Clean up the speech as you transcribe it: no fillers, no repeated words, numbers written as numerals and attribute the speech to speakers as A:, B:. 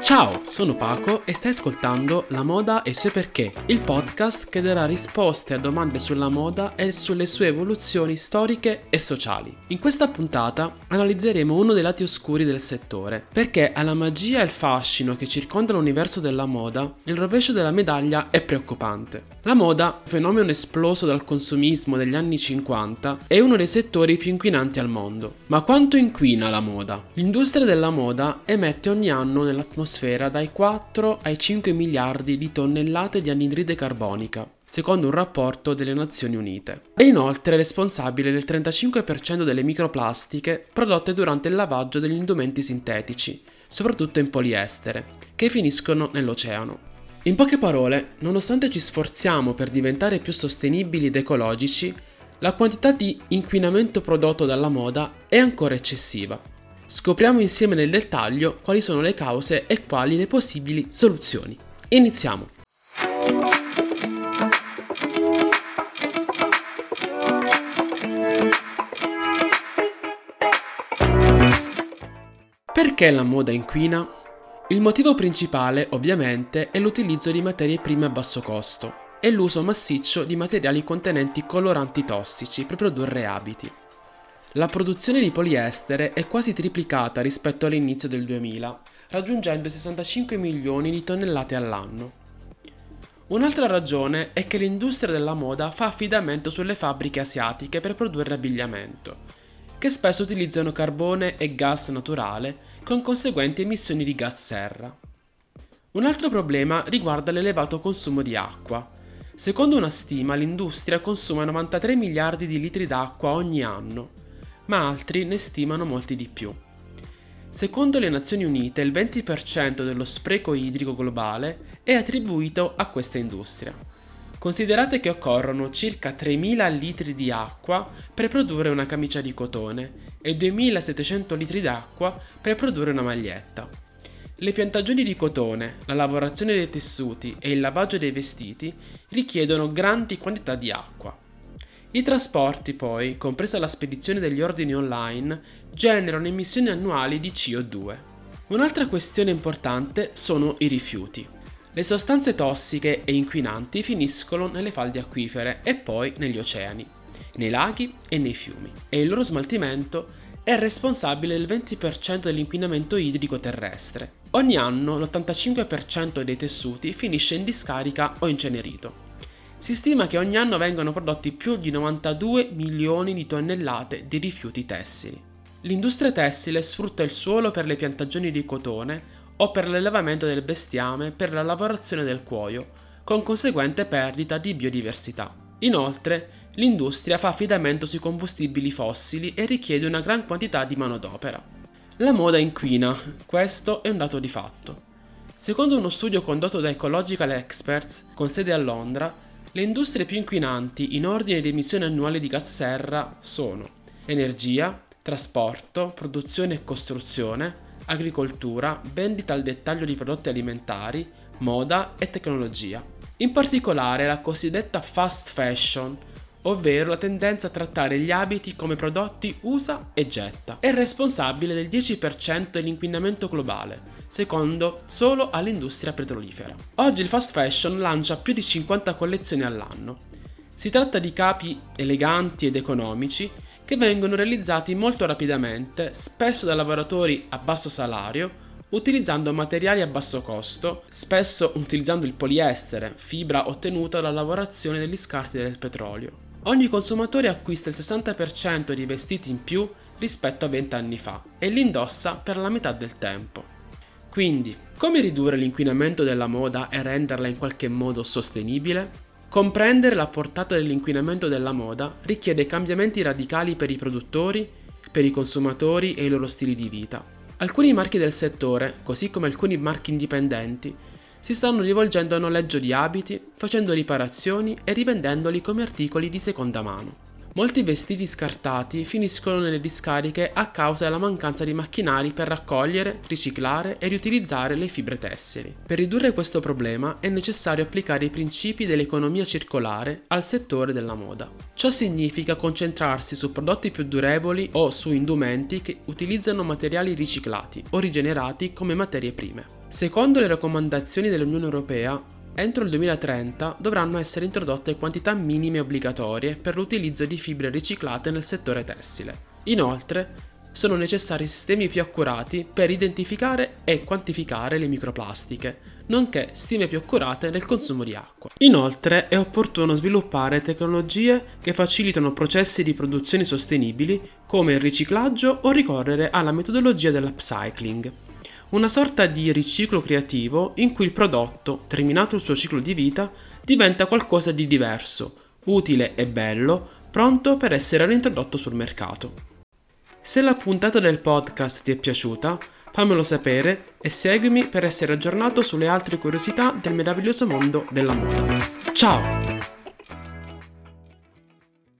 A: Ciao, sono Paco e stai ascoltando La moda e i suoi perché, il podcast che darà risposte a domande sulla moda e sulle sue evoluzioni storiche e sociali. In questa puntata analizzeremo uno dei lati oscuri del settore, perché alla magia e al fascino che circonda l'universo della moda, il rovescio della medaglia è preoccupante. La moda, fenomeno esploso dal consumismo degli anni 50, è uno dei settori più inquinanti al mondo. Ma quanto inquina la moda? L'industria della moda emette ogni anno nell'atmosfera dai 4 ai 5 miliardi di tonnellate di anidride carbonica, secondo un rapporto delle Nazioni Unite. È inoltre responsabile del 35% delle microplastiche prodotte durante il lavaggio degli indumenti sintetici, soprattutto in poliestere, che finiscono nell'oceano. In poche parole, nonostante ci sforziamo per diventare più sostenibili ed ecologici, la quantità di inquinamento prodotto dalla moda è ancora eccessiva. Scopriamo insieme nel dettaglio quali sono le cause e quali le possibili soluzioni. Iniziamo! Perché la moda inquina? Il motivo principale, ovviamente, è l'utilizzo di materie prime a basso costo e l'uso massiccio di materiali contenenti coloranti tossici per produrre abiti. La produzione di poliestere è quasi triplicata rispetto all'inizio del 2000, raggiungendo i 65 milioni di tonnellate all'anno. Un'altra ragione è che l'industria della moda fa affidamento sulle fabbriche asiatiche per produrre abbigliamento, che spesso utilizzano carbone e gas naturale con conseguenti emissioni di gas serra. Un altro problema riguarda l'elevato consumo di acqua. Secondo una stima, l'industria consuma 93 miliardi di litri d'acqua ogni anno, ma altri ne stimano molti di più. Secondo le Nazioni Unite, il 20% dello spreco idrico globale è attribuito a questa industria. Considerate che occorrono circa 3.000 litri di acqua per produrre una camicia di cotone e 2.700 litri d'acqua per produrre una maglietta. Le piantagioni di cotone, la lavorazione dei tessuti e il lavaggio dei vestiti richiedono grandi quantità di acqua. I trasporti, poi, compresa la spedizione degli ordini online, generano emissioni annuali di CO2. Un'altra questione importante sono i rifiuti. Le sostanze tossiche e inquinanti finiscono nelle falde acquifere e poi negli oceani, nei laghi e nei fiumi, e il loro smaltimento è responsabile del 20% dell'inquinamento idrico terrestre. Ogni anno l'85% dei tessuti finisce in discarica o incenerito. Si stima che ogni anno vengano prodotti più di 92 milioni di tonnellate di rifiuti tessili. L'industria tessile sfrutta il suolo per le piantagioni di cotone o per l'allevamento del bestiame per la lavorazione del cuoio, con conseguente perdita di biodiversità. Inoltre, l'industria fa affidamento sui combustibili fossili e richiede una gran quantità di manodopera. La moda inquina, questo è un dato di fatto. Secondo uno studio condotto da Ecological Experts, con sede a Londra, le industrie più inquinanti in ordine di emissioni annuali di gas serra sono energia, trasporto, produzione e costruzione, agricoltura, vendita al dettaglio di prodotti alimentari, moda e tecnologia. In particolare la cosiddetta fast fashion, ovvero la tendenza a trattare gli abiti come prodotti usa e getta, è responsabile del 10% dell'inquinamento globale, secondo solo all'industria petrolifera. Oggi il fast fashion lancia più di 50 collezioni all'anno. Si tratta di capi eleganti ed economici che vengono realizzati molto rapidamente, spesso da lavoratori a basso salario, utilizzando materiali a basso costo, spesso utilizzando il poliestere, fibra ottenuta dalla lavorazione degli scarti del petrolio. Ogni consumatore acquista il 60% di vestiti in più rispetto a 20 anni fa e li indossa per la metà del tempo. Quindi, come ridurre l'inquinamento della moda e renderla in qualche modo sostenibile? Comprendere la portata dell'inquinamento della moda richiede cambiamenti radicali per i produttori, per i consumatori e i loro stili di vita. Alcuni marchi del settore, così come alcuni marchi indipendenti, si stanno rivolgendo a noleggio di abiti, facendo riparazioni e rivendendoli come articoli di seconda mano. Molti vestiti scartati finiscono nelle discariche a causa della mancanza di macchinari per raccogliere, riciclare e riutilizzare le fibre tessili. Per ridurre questo problema è necessario applicare i principi dell'economia circolare al settore della moda. Ciò significa concentrarsi su prodotti più durevoli o su indumenti che utilizzano materiali riciclati o rigenerati come materie prime. Secondo le raccomandazioni dell'Unione Europea, entro il 2030 dovranno essere introdotte quantità minime obbligatorie per l'utilizzo di fibre riciclate nel settore tessile. Inoltre, sono necessari sistemi più accurati per identificare e quantificare le microplastiche, nonché stime più accurate del consumo di acqua. Inoltre è opportuno sviluppare tecnologie che facilitano processi di produzione sostenibili come il riciclaggio o ricorrere alla metodologia dell'upcycling, una sorta di riciclo creativo in cui il prodotto, terminato il suo ciclo di vita, diventa qualcosa di diverso, utile e bello, pronto per essere reintrodotto sul mercato. Se la puntata del podcast ti è piaciuta, fammelo sapere e seguimi per essere aggiornato sulle altre curiosità del meraviglioso mondo della moda. Ciao!